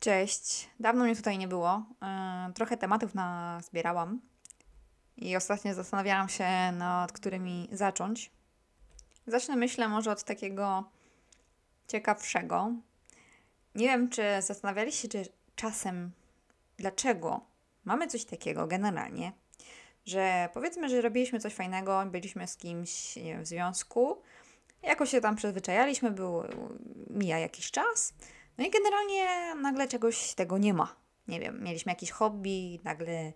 Cześć, dawno mnie tutaj nie było. Trochę tematów nazbierałam i ostatnio zastanawiałam się, nad którymi zacząć. Zacznę, myślę, może od takiego ciekawszego. Nie wiem, czy zastanawialiście się czasem, dlaczego mamy coś takiego generalnie, że powiedzmy, że robiliśmy coś fajnego, byliśmy z kimś, nie wiem, w związku, jakoś się tam przyzwyczajaliśmy, mija jakiś czas, no i generalnie nagle czegoś tego nie ma. Nie wiem, mieliśmy jakieś hobby, nagle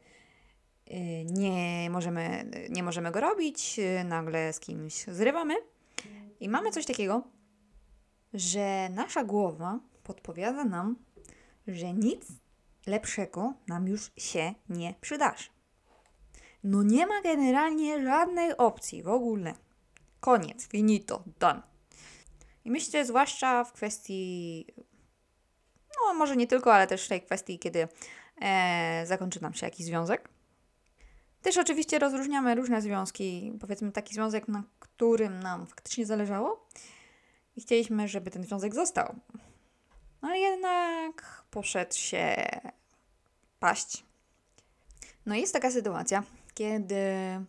nie możemy go robić, nagle z kimś zrywamy i mamy coś takiego, że nasza głowa podpowiada nam, że nic lepszego nam już się nie przydarzy. No nie ma generalnie żadnej opcji w ogóle. Koniec, finito, done. I myślę, zwłaszcza w kwestii, no może nie tylko, ale też w tej kwestii, kiedy zakończy nam się jakiś związek. Też oczywiście rozróżniamy różne związki. Powiedzmy taki związek, na którym nam faktycznie zależało i chcieliśmy, żeby ten związek został. No ale jednak poszedł się paść. No i jest taka sytuacja, kiedy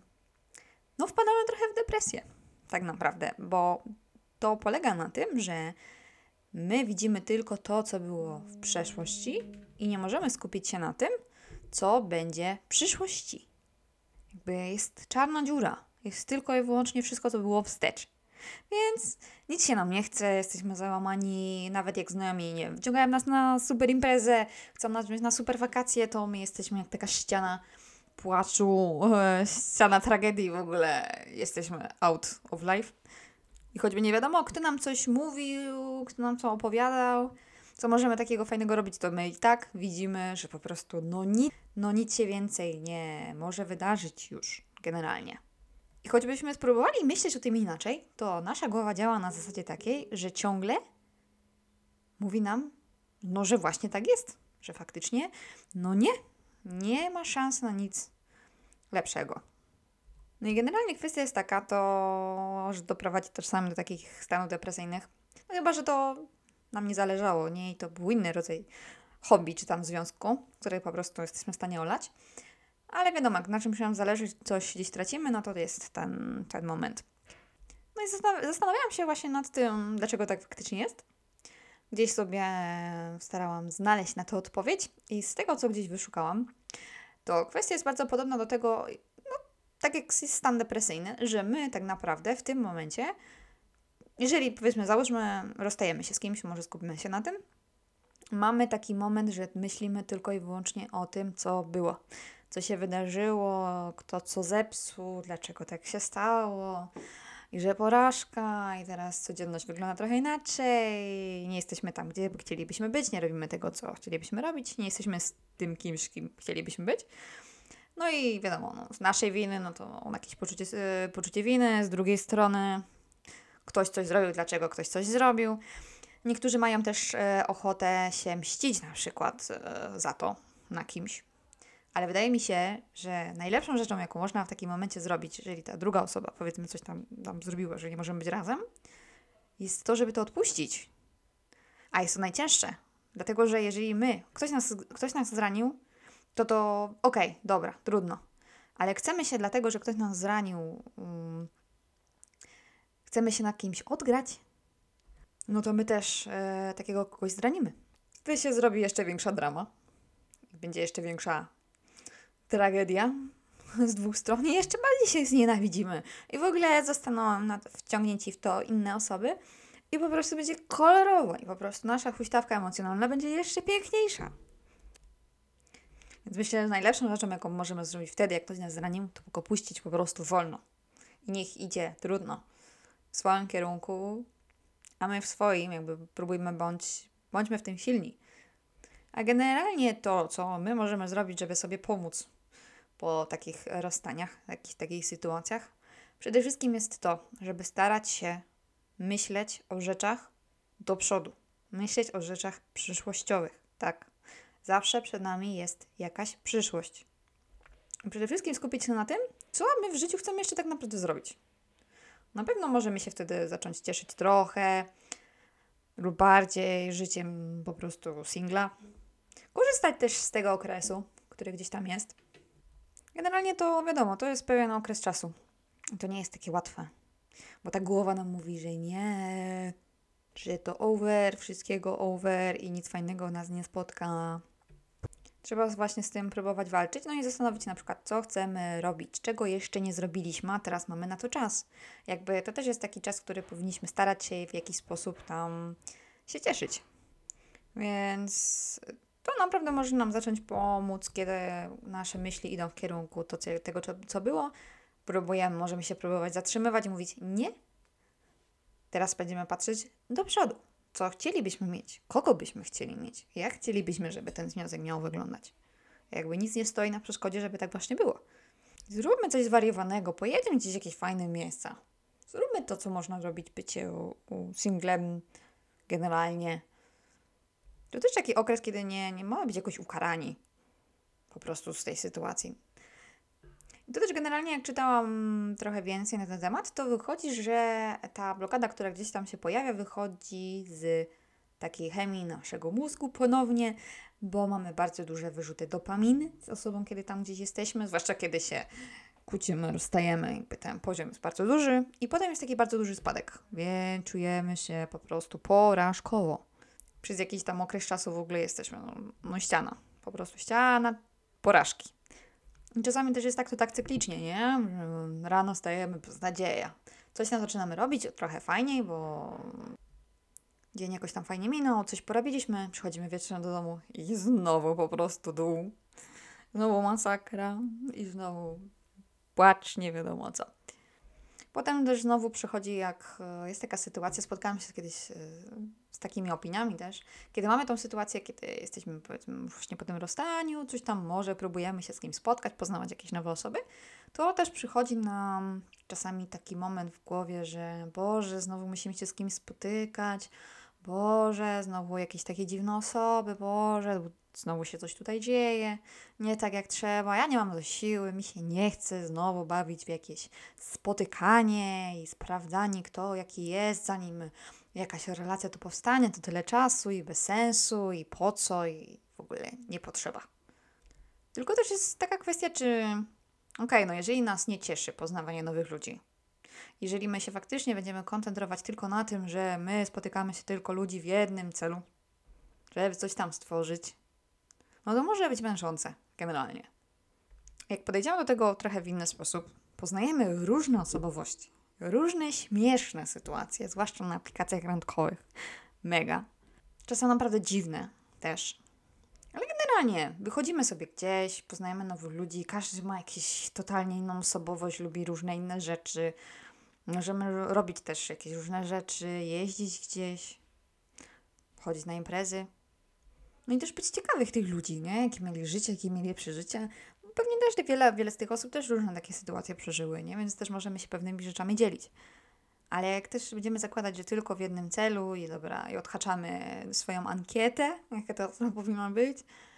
wpadamy trochę w depresję. Tak naprawdę, bo to polega na tym, że my widzimy tylko to, co było w przeszłości i nie możemy skupić się na tym, co będzie w przyszłości. Jakby jest czarna dziura. Jest tylko i wyłącznie wszystko, co było wstecz. Więc nic się nam nie chce, jesteśmy załamani, nawet jak znajomi, nie wiem, wciągają nas na super imprezę, chcą nas wziąć na super wakacje, to my jesteśmy jak taka ściana płaczu, ściana tragedii w ogóle. Jesteśmy out of life. I choćby nie wiadomo, kto nam coś mówił, kto nam co opowiadał, co możemy takiego fajnego robić, to my i tak widzimy, że po prostu nic się więcej nie może wydarzyć już generalnie. I choćbyśmy spróbowali myśleć o tym inaczej, to nasza głowa działa na zasadzie takiej, że ciągle mówi nam, że właśnie tak jest, że faktycznie, nie ma szans na nic lepszego. No i generalnie kwestia jest taka, że doprowadzi też czasami do takich stanów depresyjnych. No chyba, że to nam nie zależało, nie? I to był inny rodzaj hobby czy tam związku, który po prostu jesteśmy w stanie olać. Ale wiadomo, jak na czymś nam zależy, coś gdzieś tracimy, no to jest ten moment. No i zastanawiałam się właśnie nad tym, dlaczego tak faktycznie jest. Gdzieś sobie starałam znaleźć na to odpowiedź i z tego, co gdzieś wyszukałam, to kwestia jest bardzo podobna do tego, tak jak jest stan depresyjny, że my tak naprawdę w tym momencie, jeżeli powiedzmy, załóżmy, rozstajemy się z kimś, może skupimy się na tym, mamy taki moment, że myślimy tylko i wyłącznie o tym, co było, co się wydarzyło, kto co zepsuł, dlaczego tak się stało i że porażka i teraz codzienność wygląda trochę inaczej, nie jesteśmy tam, gdzie chcielibyśmy być, nie robimy tego, co chcielibyśmy robić, nie jesteśmy z tym kimś, kim chcielibyśmy być. No i wiadomo, z naszej winy, no to jakieś poczucie winy, z drugiej strony ktoś coś zrobił, dlaczego ktoś coś zrobił. Niektórzy mają też ochotę się mścić na przykład za to na kimś. Ale wydaje mi się, że najlepszą rzeczą, jaką można w takim momencie zrobić, jeżeli ta druga osoba, powiedzmy, coś tam zrobiła, że nie możemy być razem, jest to, żeby to odpuścić. A jest to najcięższe. Dlatego, że jeżeli ktoś nas zranił, to okej, dobra, trudno. Ale chcemy się dlatego, że ktoś nas zranił, chcemy się na kimś odgrać, no to my też takiego kogoś zranimy. Wtedy się zrobi jeszcze większa drama. Będzie jeszcze większa tragedia z dwóch stron i jeszcze bardziej się znienawidzimy. I w ogóle zostaną wciągnięci w to inne osoby i po prostu będzie kolorowo i po prostu nasza huśtawka emocjonalna będzie jeszcze piękniejsza. Więc myślę, że najlepszą rzeczą, jaką możemy zrobić wtedy, jak ktoś nas zranił, to go puścić po prostu wolno. I niech idzie trudno w swoim kierunku, a my w swoim, jakby próbujmy, bądźmy w tym silni. A generalnie to, co my możemy zrobić, żeby sobie pomóc po takich rozstaniach, takich sytuacjach, przede wszystkim jest to, żeby starać się myśleć o rzeczach do przodu. Myśleć o rzeczach przyszłościowych, tak. Zawsze przed nami jest jakaś przyszłość. Przede wszystkim skupić się na tym, co my w życiu chcemy jeszcze tak naprawdę zrobić. Na pewno możemy się wtedy zacząć cieszyć trochę lub bardziej życiem po prostu singla. Korzystać też z tego okresu, który gdzieś tam jest. Generalnie to wiadomo, to jest pewien okres czasu. To nie jest takie łatwe, bo ta głowa nam mówi, że nie, że to over, wszystkiego over i nic fajnego nas nie spotka. Trzeba właśnie z tym próbować walczyć, no i zastanowić się na przykład, co chcemy robić, czego jeszcze nie zrobiliśmy, a teraz mamy na to czas. Jakby to też jest taki czas, który powinniśmy starać się w jakiś sposób tam się cieszyć. Więc to naprawdę może nam zacząć pomóc, kiedy nasze myśli idą w kierunku tego, co było. Możemy się próbować zatrzymywać i mówić nie. Teraz będziemy patrzeć do przodu. Co chcielibyśmy mieć? Kogo byśmy chcieli mieć? Jak chcielibyśmy, żeby ten związek miał wyglądać? Jakby nic nie stoi na przeszkodzie, żeby tak właśnie było. Zróbmy coś zwariowanego, pojedziemy gdzieś w jakieś fajne miejsca. Zróbmy to, co można zrobić bycie singlem generalnie. To też taki okres, kiedy nie mamy być jakoś ukarani po prostu z tej sytuacji. I to też generalnie, jak czytałam trochę więcej na ten temat, to wychodzi, że ta blokada, która gdzieś tam się pojawia, wychodzi z takiej chemii naszego mózgu ponownie, bo mamy bardzo duże wyrzuty dopaminy z osobą, kiedy tam gdzieś jesteśmy, zwłaszcza kiedy się kłócimy, rozstajemy, jakby ten poziom jest bardzo duży i potem jest taki bardzo duży spadek, więc czujemy się po prostu porażkowo. Przez jakiś tam okres czasu w ogóle jesteśmy, ściana, po prostu ściana porażki. I czasami też jest tak, to tak cyklicznie, nie? Rano stajemy bez nadzieja. Coś tam zaczynamy robić, trochę fajniej, bo dzień jakoś tam fajnie minął, coś porobiliśmy, przychodzimy wieczorem do domu i znowu po prostu dół. Znowu masakra i znowu płacz, nie wiadomo co. Potem też znowu przychodzi, jak jest taka sytuacja, spotkałam się kiedyś z takimi opiniami też, kiedy mamy tą sytuację, kiedy jesteśmy powiedzmy właśnie po tym rozstaniu, coś tam może próbujemy się z kimś spotkać, poznawać jakieś nowe osoby, to też przychodzi nam czasami taki moment w głowie, że Boże, znowu musimy się z kimś spotykać, Boże, znowu jakieś takie dziwne osoby, Boże, znowu się coś tutaj dzieje, nie tak jak trzeba, ja nie mam do siły, mi się nie chce znowu bawić w jakieś spotykanie i sprawdzanie kto jaki jest, zanim jakaś relacja tu powstanie, to tyle czasu i bez sensu i po co i w ogóle nie potrzeba. Tylko też jest taka kwestia, czy no jeżeli nas nie cieszy poznawanie nowych ludzi, jeżeli my się faktycznie będziemy koncentrować tylko na tym, że my spotykamy się tylko ludzi w jednym celu, żeby coś tam stworzyć, no to może być męczące generalnie. Jak podejdziemy do tego trochę w inny sposób, poznajemy różne osobowości, różne śmieszne sytuacje, zwłaszcza na aplikacjach randkowych. Mega. Czasem naprawdę dziwne też. Ale generalnie wychodzimy sobie gdzieś, poznajemy nowych ludzi, każdy ma jakąś totalnie inną osobowość, lubi różne inne rzeczy. Możemy robić też jakieś różne rzeczy, jeździć gdzieś, chodzić na imprezy. No i też być ciekawych tych ludzi, nie? Jakie mieli życie, jakie mieli przeżycia. Pewnie też wiele z tych osób też różne takie sytuacje przeżyły, nie? Więc też możemy się pewnymi rzeczami dzielić. Ale jak też będziemy zakładać, że tylko w jednym celu i dobra, i odhaczamy swoją ankietę, jaka to powinno być,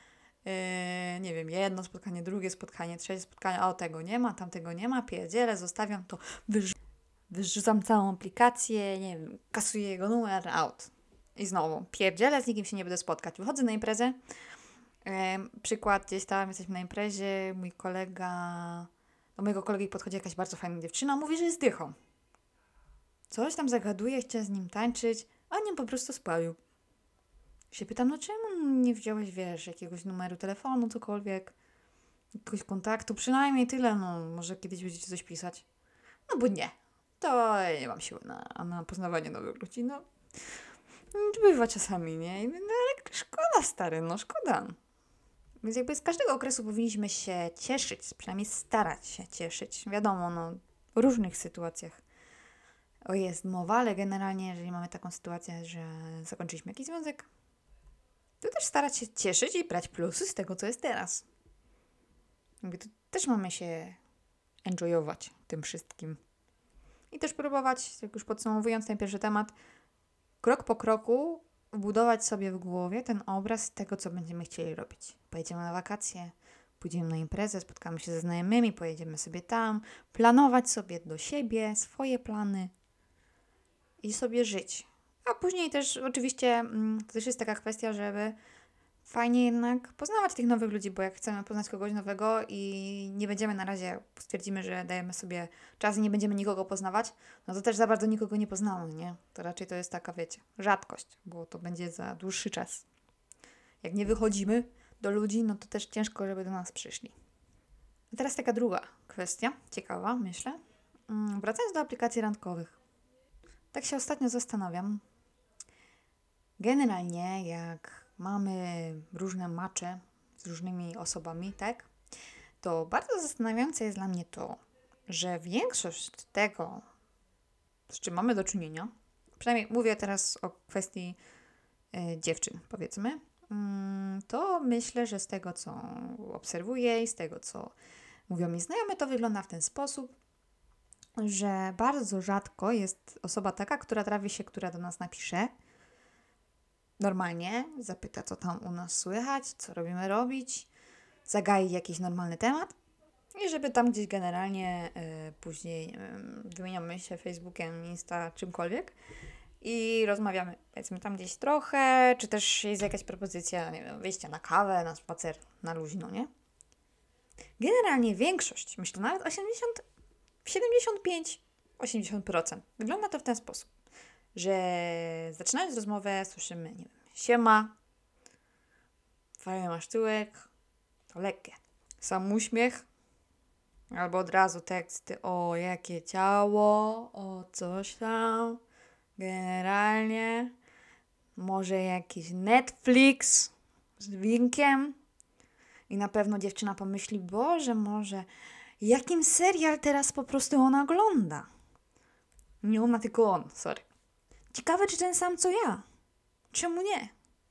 nie wiem, jedno spotkanie, drugie spotkanie, trzecie spotkanie, o tego nie ma, tamtego nie ma, pierdzielę, zostawiam to, wyrzucam całą aplikację, nie wiem, kasuję jego numer, out. I znowu, pierdzielę, z nikim się nie będę spotkać. Wychodzę na imprezę, przykład, gdzieś tam jesteśmy na imprezie, do mojego kolegi podchodzi jakaś bardzo fajna dziewczyna, mówi, że jest dychą. Coś tam zagaduje, chce z nim tańczyć, a nie po prostu spalił. Się pytam, no czemu nie wziąłeś, wiesz, jakiegoś numeru telefonu, cokolwiek, jakiegoś kontaktu, przynajmniej tyle, no może kiedyś będziecie coś pisać. No bo nie, to ja nie mam siły na poznawanie nowych ludzi, no. Bywa czasami, nie? No ale szkoda, stary, no szkoda. Więc jakby z każdego okresu powinniśmy się cieszyć, przynajmniej starać się cieszyć. Wiadomo, no, w różnych sytuacjach jest mowa, ale generalnie, jeżeli mamy taką sytuację, że zakończyliśmy jakiś związek, to też starać się cieszyć i brać plusy z tego, co jest teraz. Jakby to też mamy się enjoyować tym wszystkim. I też próbować, jak już podsumowując ten pierwszy temat, krok po kroku budować sobie w głowie ten obraz tego, co będziemy chcieli robić. Pojedziemy na wakacje, pójdziemy na imprezę, spotkamy się ze znajomymi, pojedziemy sobie tam, planować sobie do siebie swoje plany i sobie żyć. A później też oczywiście to też jest taka kwestia, żeby fajnie jednak poznawać tych nowych ludzi, bo jak chcemy poznać kogoś nowego i nie będziemy na razie, stwierdzimy, że dajemy sobie czas i nie będziemy nikogo poznawać, no to też za bardzo nikogo nie poznamy, nie? To raczej to jest taka, wiecie, rzadkość, bo to będzie za dłuższy czas. Jak nie wychodzimy do ludzi, no to też ciężko, żeby do nas przyszli. A teraz taka druga kwestia, ciekawa, myślę. Wracając do aplikacji randkowych. Tak się ostatnio zastanawiam. Generalnie, jak mamy różne matche z różnymi osobami, tak? To bardzo zastanawiające jest dla mnie to, że większość tego, z czym mamy do czynienia, przynajmniej mówię teraz o kwestii dziewczyn, powiedzmy, to myślę, że z tego, co obserwuję i z tego, co mówią mi znajomi, to wygląda w ten sposób, że bardzo rzadko jest osoba taka, która trafi się, która do nas napisze normalnie, zapyta, co tam u nas słychać, co robimy robić, zagai jakiś normalny temat i żeby tam gdzieś generalnie później wymieniamy się Facebookiem, Insta, czymkolwiek i rozmawiamy, powiedzmy tam gdzieś trochę, czy też jest jakaś propozycja, nie wiem, wyjścia na kawę, na spacer, na luźno, nie? Generalnie większość, myślę nawet 75-80% wygląda to w ten sposób, że zaczynając rozmowę słyszymy, nie wiem, siema, fajny masz tyłek, to lekkie. Sam uśmiech, albo od razu teksty, o jakie ciało, o coś tam, generalnie, może jakiś Netflix z winkiem i na pewno dziewczyna pomyśli, Boże, może jakim serial teraz po prostu ona ogląda? Nie ona, tylko on, sorry. Ciekawe, czy ten sam co ja. Czemu nie?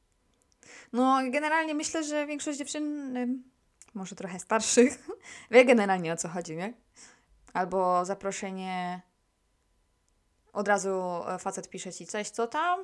No, generalnie myślę, że większość dziewczyn, może trochę starszych, wie generalnie o co chodzi, nie? Albo zaproszenie, od razu facet pisze ci coś, co tam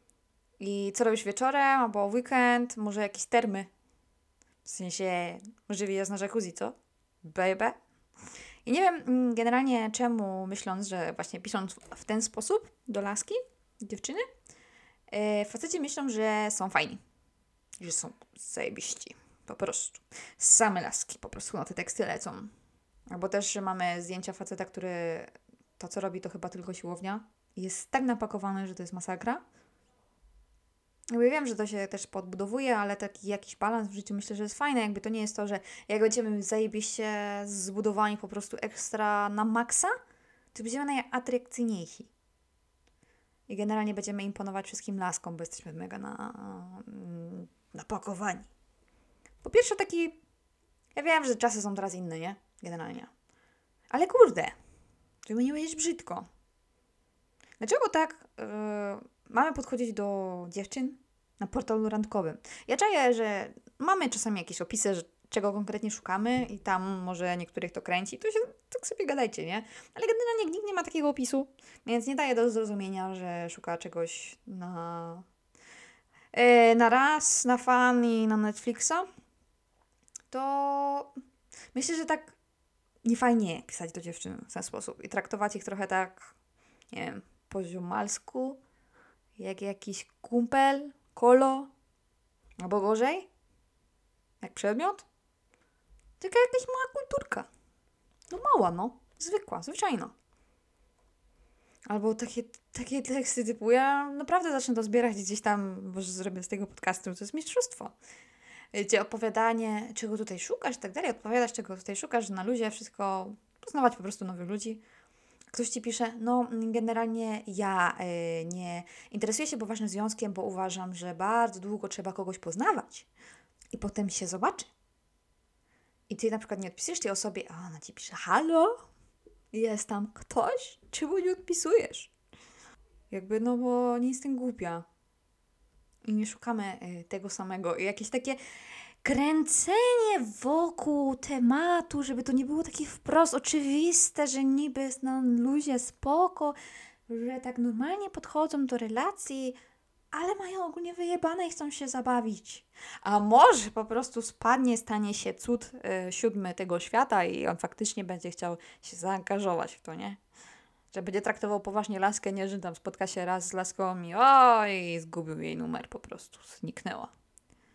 i co robisz wieczorem, albo weekend, może jakieś termy. W sensie, może wyjazd na jacuzzi, co? Baby. I nie wiem generalnie czemu, myśląc, że właśnie pisząc w ten sposób do laski, dziewczyny, faceci myślą, że są fajni. Że są zajebiści. Po prostu. Same laski po prostu na te teksty lecą. Albo też, że mamy zdjęcia faceta, który to, co robi, to chyba tylko siłownia. Jest tak napakowany, że to jest masakra. Jakby wiem, że to się też podbudowuje, ale taki jakiś balans w życiu myślę, że jest fajny. Jakby to nie jest to, że jak będziemy zajebiście zbudowani po prostu ekstra na maksa, to będziemy najatrakcyjniejsi. I generalnie będziemy imponować wszystkim laskom, bo jesteśmy mega napakowani. Po pierwsze taki, ja wiem, że czasy są teraz inne, nie? Generalnie. Ale kurde, żeby nie powiedzieć brzydko. Dlaczego tak mamy podchodzić do dziewczyn na portalu randkowym? Ja czaję, że mamy czasami jakieś opisy, że czego konkretnie szukamy i tam może niektórych to kręci, to się tak sobie gadajcie, nie? Ale generalnie nikt nie ma takiego opisu, więc nie daje do zrozumienia, że szuka czegoś na raz, na fan i na Netflixa. To myślę, że tak niefajnie pisać do dziewczyn w ten sposób i traktować ich trochę tak, nie wiem, po ziomalsku, jak jakiś kumpel, kolo, albo gorzej, jak przedmiot. Tylko jakaś mała kulturka. No mała, no. Zwykła, zwyczajna. Albo takie teksty typu, ja naprawdę zacznę to zbierać gdzieś tam, może zrobię z tego podcastu, to jest mistrzostwo. Wiecie, opowiadanie, czego tutaj szukasz i tak dalej, odpowiadać, czego tutaj szukasz, na luzie, wszystko, poznawać po prostu nowych ludzi. Ktoś ci pisze, no generalnie ja nie interesuję się poważnym związkiem, bo uważam, że bardzo długo trzeba kogoś poznawać i potem się zobaczy. I ty na przykład nie odpisujesz tej osobie, a ona ci pisze, halo? Jest tam ktoś? Czemu nie odpisujesz? Jakby, no bo nie jestem głupia. I nie szukamy tego samego. I jakieś takie kręcenie wokół tematu, żeby to nie było takie wprost oczywiste, że niby jest na luzie spoko, że tak normalnie podchodzą do relacji, ale mają ogólnie wyjebane i chcą się zabawić. A może po prostu stanie się cud siódmy tego świata i on faktycznie będzie chciał się zaangażować w to, nie? Że będzie traktował poważnie laskę, nie, że tam spotka się raz z laską i oj, zgubił jej numer, po prostu zniknęła.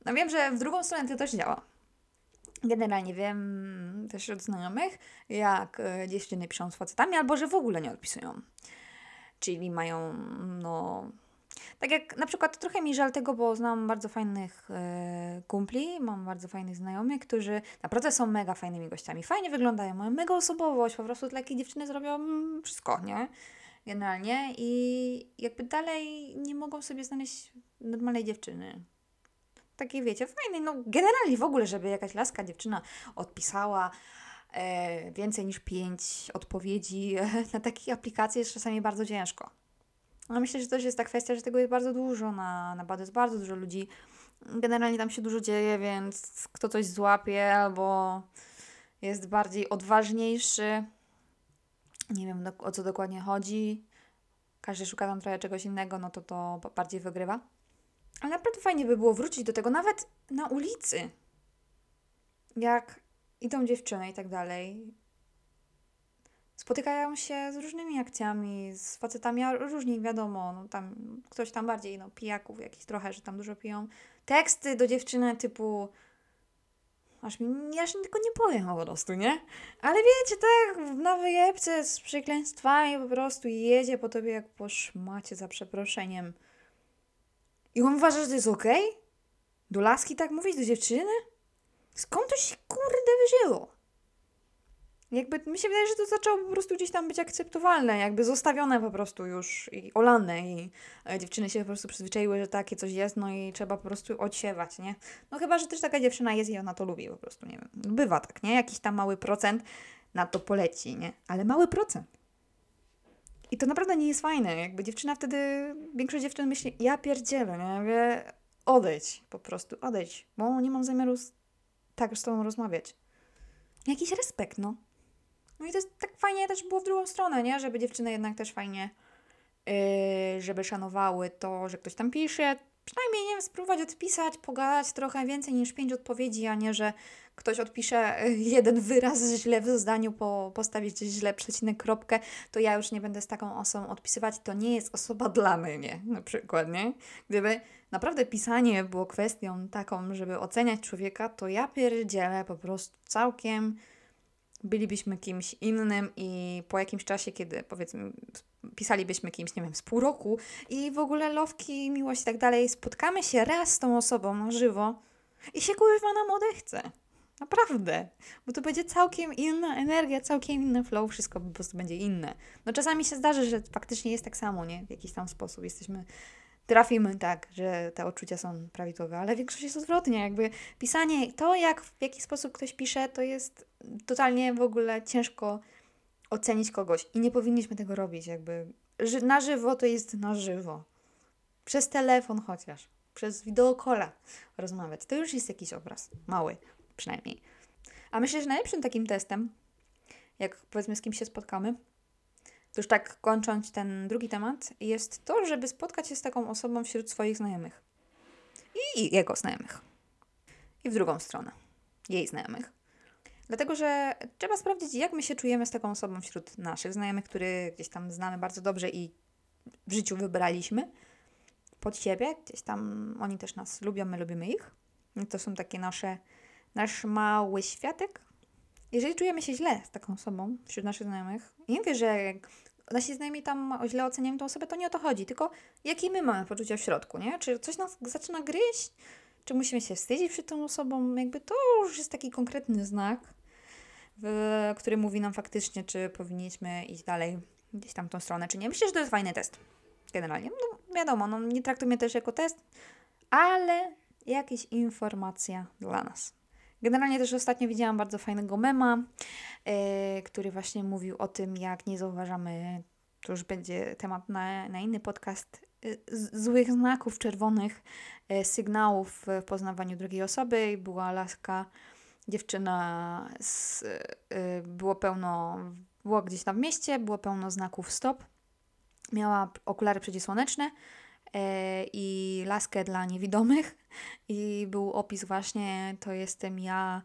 No wiem, że w drugą stronę to też działa. Generalnie wiem też od znajomych, jak dziewczyny piszą z facetami, albo że w ogóle nie odpisują. Czyli mają, no... Tak jak na przykład trochę mi żal tego, bo znam bardzo fajnych kumpli, mam bardzo fajnych znajomych, którzy naprawdę są mega fajnymi gościami. Fajnie wyglądają, mają mega osobowość, po prostu takie dziewczyny zrobią wszystko, nie? Generalnie i jakby dalej nie mogą sobie znaleźć normalnej dziewczyny. Takiej wiecie, fajnej, no generalnie w ogóle, żeby jakaś laska dziewczyna odpisała więcej niż 5 odpowiedzi na takich aplikacjach jest czasami bardzo ciężko. No myślę, że też jest ta kwestia, że tego jest bardzo dużo na Badu, jest bardzo dużo ludzi. Generalnie tam się dużo dzieje, więc kto coś złapie albo jest bardziej odważniejszy, nie wiem o co dokładnie chodzi, każdy szuka tam trochę czegoś innego, no to bardziej wygrywa. Ale naprawdę fajnie by było wrócić do tego, nawet na ulicy. Jak idą dziewczyny i tak dalej, spotykają się z różnymi akcjami, z facetami, a różnie wiadomo, no tam ktoś tam bardziej, no pijaków jakichś trochę, że tam dużo piją. Teksty do dziewczyny typu, aż tylko nie powiem po prostu, nie? Ale wiecie, tak na wyjebce z przekleństwami po prostu jedzie po tobie jak po szmacie za przeproszeniem. I on uważa, że to jest okej? Do laski tak mówić, do dziewczyny? Skąd to się kurde wzięło? Jakby mi się wydaje, że to zaczęło po prostu gdzieś tam być akceptowalne, jakby zostawione po prostu już i olane i dziewczyny się po prostu przyzwyczaiły, że takie coś jest, no i trzeba po prostu odsiewać, nie? No chyba, że też taka dziewczyna jest i ona to lubi po prostu, nie wiem. Bywa tak, nie? Jakiś tam mały procent na to poleci, nie? Ale mały procent. I to naprawdę nie jest fajne, jakby dziewczyna wtedy, większość dziewczyn myśli, ja pierdzielę, nie? Mówię, odejdź, po prostu odejdź, bo nie mam zamiaru tak z tobą rozmawiać. Jakiś respekt, no. No i to jest tak fajnie też było w drugą stronę, nie? Żeby dziewczyny jednak też fajnie, żeby szanowały to, że ktoś tam pisze. Przynajmniej, nie wiem, spróbować odpisać, pogadać trochę więcej niż 5 odpowiedzi, a nie, że ktoś odpisze jeden wyraz źle w zdaniu, postawić źle przecinek, kropkę, to ja już nie będę z taką osobą odpisywać. To nie jest osoba dla mnie, na przykład, nie? Gdyby naprawdę pisanie było kwestią taką, żeby oceniać człowieka, to ja pierdzielę po prostu całkiem bylibyśmy kimś innym i po jakimś czasie, kiedy powiedzmy pisalibyśmy kimś, nie wiem, z pół roku i w ogóle lowki, miłość i tak dalej, spotkamy się raz z tą osobą na żywo i się kurwa nam odechce. Naprawdę. Bo to będzie całkiem inna energia, całkiem inny flow, wszystko po prostu będzie inne. No czasami się zdarzy, że faktycznie jest tak samo, nie? W jakiś tam sposób trafimy tak, że te odczucia są prawidłowe, ale większość jest odwrotnie, jakby pisanie, to jak w jaki sposób ktoś pisze, to jest totalnie w ogóle ciężko ocenić kogoś i nie powinniśmy tego robić, jakby na żywo to jest na żywo. Przez telefon chociaż, przez wideokola rozmawiać, to już jest jakiś obraz, mały przynajmniej. A myślę, że najlepszym takim testem, jak powiedzmy z kim się spotkamy, to już tak kończąc ten drugi temat, jest to, żeby spotkać się z taką osobą wśród swoich znajomych. I jego znajomych. I w drugą stronę. Jej znajomych. Dlatego, że trzeba sprawdzić, jak my się czujemy z taką osobą wśród naszych znajomych, który gdzieś tam znamy bardzo dobrze i w życiu wybraliśmy pod siebie. Gdzieś tam oni też nas lubią, my lubimy ich. I to są takie nasz mały światek. Jeżeli czujemy się źle z taką osobą wśród naszych znajomych, nie mówię, że jak nasi znajomi tam źle oceniają tę osobę, to nie o to chodzi, tylko jakie my mamy poczucia w środku, nie? Czy coś nas zaczyna gryźć? Czy musimy się wstydzić przed tą osobą? Jakby to już jest taki konkretny znak, który mówi nam faktycznie, czy powinniśmy iść dalej gdzieś tam tą stronę, czy nie. Myślę, że to jest fajny test. Generalnie. No wiadomo, no, nie traktujmy też jako test, ale jakaś informacja dla nas. Generalnie też ostatnio widziałam bardzo fajnego mema, który właśnie mówił o tym, jak nie zauważamy, to już będzie temat na inny podcast, złych znaków czerwonych, sygnałów w poznawaniu drugiej osoby. I była laska, dziewczyna, było gdzieś tam w mieście, było pełno znaków stop, miała okulary przeciwsłoneczne i laskę dla niewidomych i był opis właśnie, to jestem ja,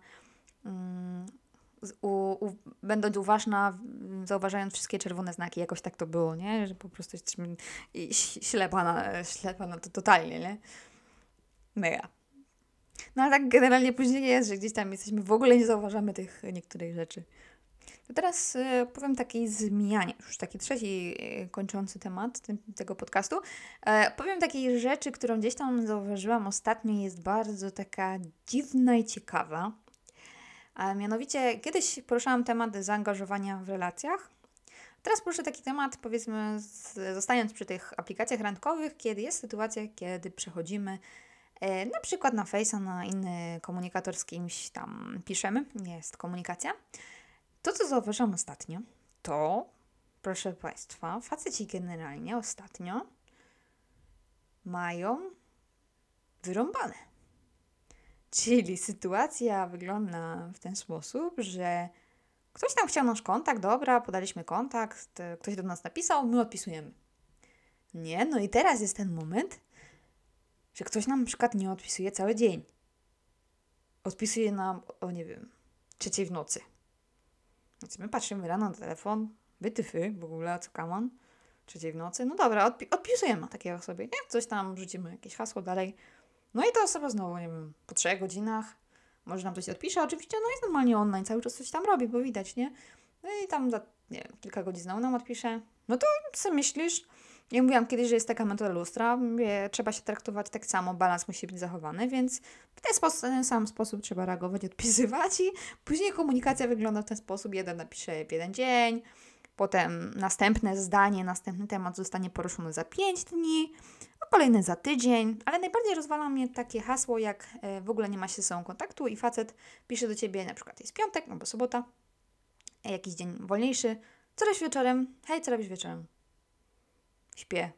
będąc uważna, zauważając wszystkie czerwone znaki, jakoś tak to było, nie? Że po prostu jesteśmy ślepa na to totalnie, nie? Mega. No ale tak generalnie później jest, że gdzieś tam jesteśmy, w ogóle nie zauważamy tych niektórych rzeczy. To teraz powiem takiej zmianie, już taki trzeci kończący temat tego podcastu. Powiem takiej rzeczy, którą gdzieś tam zauważyłam ostatnio, jest bardzo taka dziwna i ciekawa. A mianowicie kiedyś poruszałam temat zaangażowania w relacjach. Teraz poruszę taki temat, powiedzmy, zostając przy tych aplikacjach randkowych, kiedy jest sytuacja, kiedy przechodzimy na przykład na Face'a, na inny komunikator z kimś tam piszemy, jest komunikacja. To, co zauważam ostatnio, to, proszę Państwa, faceci generalnie ostatnio mają wyrąbane. Czyli sytuacja wygląda w ten sposób, że ktoś tam chciał nasz kontakt, dobra, podaliśmy kontakt, ktoś do nas napisał, my odpisujemy. Nie, no i teraz jest ten moment, że ktoś nam na przykład nie odpisuje cały dzień. Odpisuje nam o, nie wiem, 3:00 w nocy. Więc my patrzymy rano na telefon, wytyfy, w ogóle, co kaman, 3:00 w nocy, no dobra, odpisujemy takiej osobie, nie? Coś tam, rzucimy jakieś hasło dalej. No i ta osoba znowu, nie wiem, po 3 godzinach może nam coś odpisze, oczywiście, no jest normalnie online, cały czas coś tam robi, bo widać, nie? No i tam za, nie wiem, kilka godzin znowu nam odpisze. No to co myślisz? Ja mówiłam kiedyś, że jest taka metoda lustra, mówię, trzeba się traktować tak samo, balans musi być zachowany, więc w ten sam sposób trzeba reagować, odpisywać i później komunikacja wygląda w ten sposób, jeden napisze w jeden dzień, potem następne zdanie, następny temat zostanie poruszony za 5 dni, a kolejny za tydzień, ale najbardziej rozwala mnie takie hasło, jak w ogóle nie ma się ze sobą kontaktu i facet pisze do Ciebie, na przykład jest piątek albo sobota, jakiś dzień wolniejszy, co robisz wieczorem? Hej, co robisz wieczorem? Śpię.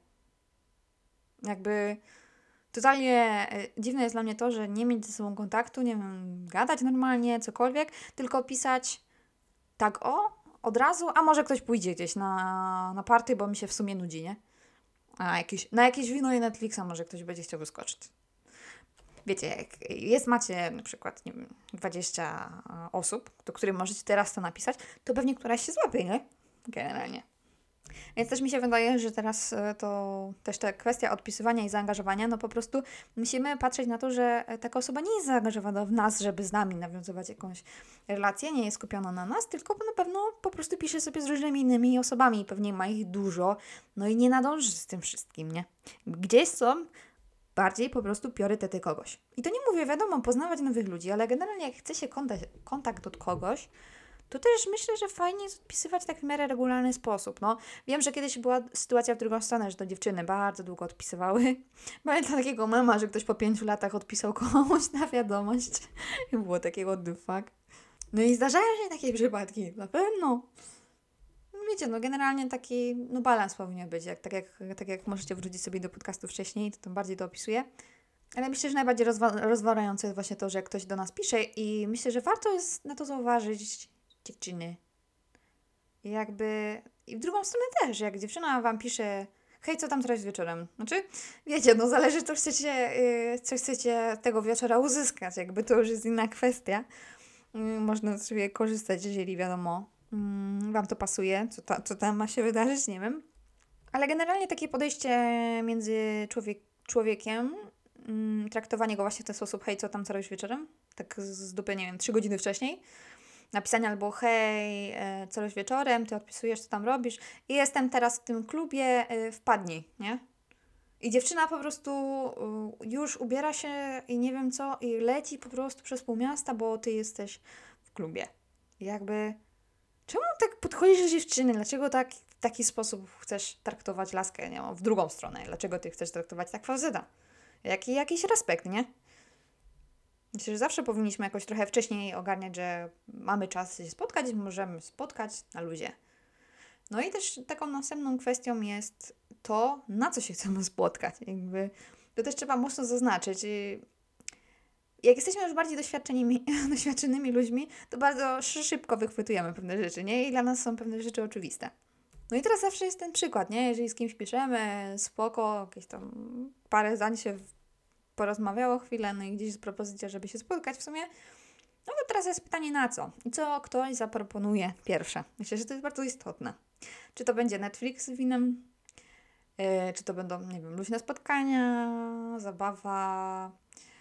Jakby totalnie dziwne jest dla mnie to, że nie mieć ze sobą kontaktu, nie wiem, gadać normalnie, cokolwiek, tylko pisać tak od razu, a może ktoś pójdzie gdzieś na party, bo mi się w sumie nudzi, nie? Na jakieś wino i Netflixa może ktoś będzie chciał wyskoczyć. Wiecie, jak macie na przykład, nie wiem, 20 osób, do których możecie teraz to napisać, to pewnie któraś się złapie, nie? Generalnie. Więc też mi się wydaje, że teraz to też ta kwestia odpisywania i zaangażowania, no po prostu musimy patrzeć na to, że taka osoba nie jest zaangażowana w nas, żeby z nami nawiązywać jakąś relację, nie jest skupiona na nas, tylko na pewno po prostu pisze sobie z różnymi innymi osobami i pewnie ma ich dużo, no i nie nadąży z tym wszystkim, nie? Gdzieś są bardziej po prostu priorytety kogoś. I to nie mówię, wiadomo, poznawać nowych ludzi, ale generalnie jak chce się kontakt od kogoś, to też myślę, że fajnie jest odpisywać tak w miarę regularny sposób. No, wiem, że kiedyś była sytuacja w drugą stronę, że to dziewczyny bardzo długo odpisywały. Pamiętam takiego mema, że ktoś po 5 latach odpisał komuś na wiadomość. I było takiego what the fuck. No i zdarzają się takie przypadki, na pewno. Wiecie, no generalnie taki balans powinien być. Tak jak możecie wrócić sobie do podcastu wcześniej, to tym bardziej to opisuję. Ale myślę, że najbardziej rozwalające jest właśnie to, że jak ktoś do nas pisze i myślę, że warto jest na to zauważyć, dziewczyny. I w drugą stronę też, jak dziewczyna wam pisze, hej, co tam teraz wieczorem? Znaczy, wiecie, no zależy, co chcecie tego wieczora uzyskać, jakby to już jest inna kwestia. Można sobie korzystać, jeżeli wiadomo, wam to pasuje, co tam ma się wydarzyć, nie wiem. Ale generalnie takie podejście między człowiekiem, traktowanie go właśnie w ten sposób, hej, co tam co robisz wieczorem? Tak z dupy, nie wiem, 3 godziny wcześniej. Napisanie albo hej, co robisz wieczorem, ty odpisujesz, co tam robisz i jestem teraz w tym klubie, wpadnij, nie? I dziewczyna po prostu już ubiera się i nie wiem co i leci po prostu przez pół miasta, bo ty jesteś w klubie. I jakby, czemu tak podchodzisz do dziewczyny? Dlaczego tak w taki sposób chcesz traktować laskę, nie wiem, w drugą stronę? Dlaczego ty chcesz traktować tak faceta? Jakiś respekt, nie? Myślę, że zawsze powinniśmy jakoś trochę wcześniej ogarniać, że mamy czas się spotkać i możemy spotkać na luzie. No i też taką następną kwestią jest to, na co się chcemy spotkać. Jakby to też trzeba mocno zaznaczyć. Jak jesteśmy już bardziej doświadczonymi ludźmi, to bardzo szybko wychwytujemy pewne rzeczy, nie? I dla nas są pewne rzeczy oczywiste. No i teraz zawsze jest ten przykład, nie? Jeżeli z kimś piszemy, spoko, jakieś tam parę zdań się porozmawiało chwilę, no i gdzieś jest propozycja, żeby się spotkać w sumie, no to teraz jest pytanie na co? I co ktoś zaproponuje pierwsze? Myślę, że to jest bardzo istotne. Czy to będzie Netflix z winem, czy to będą, nie wiem, luźne spotkania, zabawa,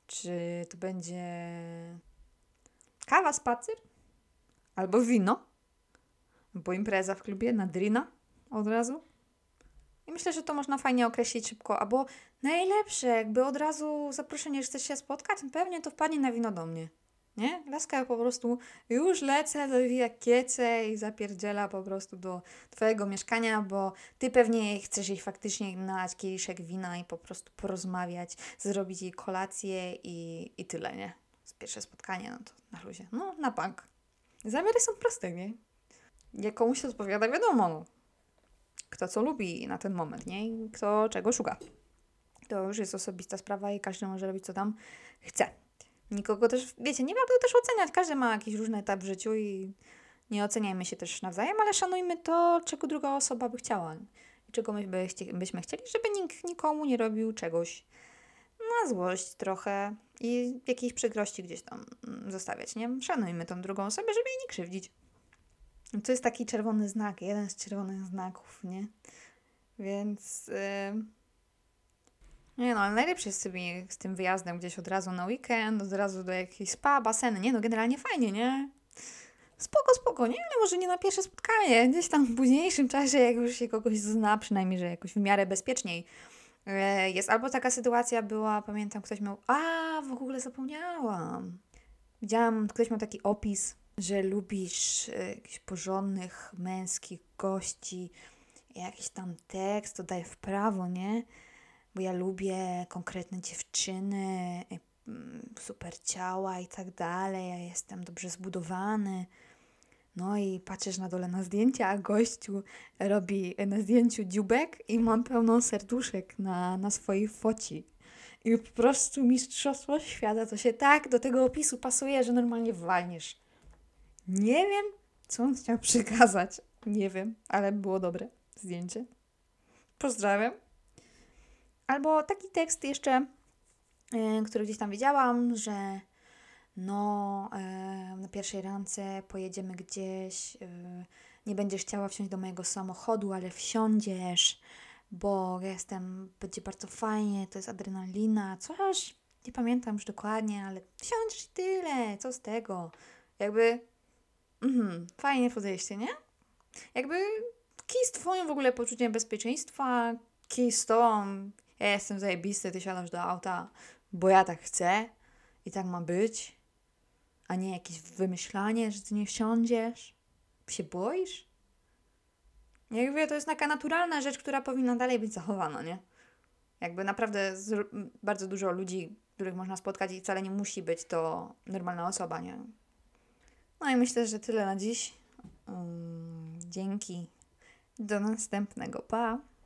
Czy to będzie kawa, spacer? Albo wino? Bo impreza w klubie na drina od razu? I myślę, że to można fajnie określić szybko. Albo najlepsze, jakby od razu zaproszenie, że chcesz się spotkać, pewnie to wpadnie na wino do mnie. Nie? Laska po prostu już lecę, dowija kiece i zapierdziela po prostu do twojego mieszkania, bo ty pewnie chcesz jej faktycznie nalać kieliszek wina i po prostu porozmawiać, zrobić jej kolację i tyle, nie? Z pierwsze spotkanie, no to na luzie. No, na bank. Zamiary są proste, nie? Jak komuś to odpowiada, wiadomo, no. Kto co lubi na ten moment, nie? I kto czego szuka. To już jest osobista sprawa i każdy może robić, co tam chce. Nikogo też, wiecie, nie warto też oceniać. Każdy ma jakiś różny etap w życiu i nie oceniajmy się też nawzajem, ale szanujmy to, czego druga osoba by chciała. I czego byśmy chcieli, żeby nikt nikomu nie robił czegoś na złość trochę i jakiejś przykrości gdzieś tam zostawiać, nie? Szanujmy tą drugą osobę, żeby jej nie krzywdzić. To jest taki czerwony znak, jeden z czerwonych znaków, nie? Więc nie no, ale najlepsze jest sobie z tym wyjazdem gdzieś od razu na weekend, od razu do jakiejś spa, baseny, nie? No generalnie fajnie, nie? Spoko, nie? Ale może nie na pierwsze spotkanie, gdzieś tam w późniejszym czasie, jak już się kogoś zna, przynajmniej, że jakoś w miarę bezpieczniej jest. Albo taka sytuacja była, pamiętam, ktoś miał, w ogóle zapomniałam. Widziałam, ktoś miał taki opis, że lubisz jakichś porządnych, męskich gości, jakiś tam tekst, to daj w prawo, nie? Bo ja lubię konkretne dziewczyny, super ciała i tak dalej, ja jestem dobrze zbudowany. No i patrzysz na dole na zdjęcia, a gościu robi na zdjęciu dzióbek i mam pełno serduszek na swojej foci. I po prostu mistrzostwo świata, to się tak do tego opisu pasuje, że normalnie walniesz. Nie wiem, co on chciał przekazać. Nie wiem, ale było dobre zdjęcie. Pozdrawiam. Albo taki tekst jeszcze, który gdzieś tam widziałam, że na pierwszej randce pojedziemy gdzieś, nie będziesz chciała wsiąść do mojego samochodu, ale wsiądziesz, bo będzie bardzo fajnie, to jest adrenalina, coś, nie pamiętam już dokładnie, ale wsiądziesz i tyle, co z tego? Jakby, fajnie podejście, nie? Jakby kij z twoim w ogóle poczuciem bezpieczeństwa, kij z tobą, ja jestem zajebisty, ty siadasz do auta, bo ja tak chcę i tak ma być, a nie jakieś wymyślanie, że ty nie wsiądziesz, się boisz? Jakby to jest taka naturalna rzecz, która powinna dalej być zachowana, nie? Jakby naprawdę bardzo dużo ludzi, których można spotkać i wcale nie musi być to normalna osoba, nie? No i myślę, że tyle na dziś. Dzięki. Do następnego. Pa!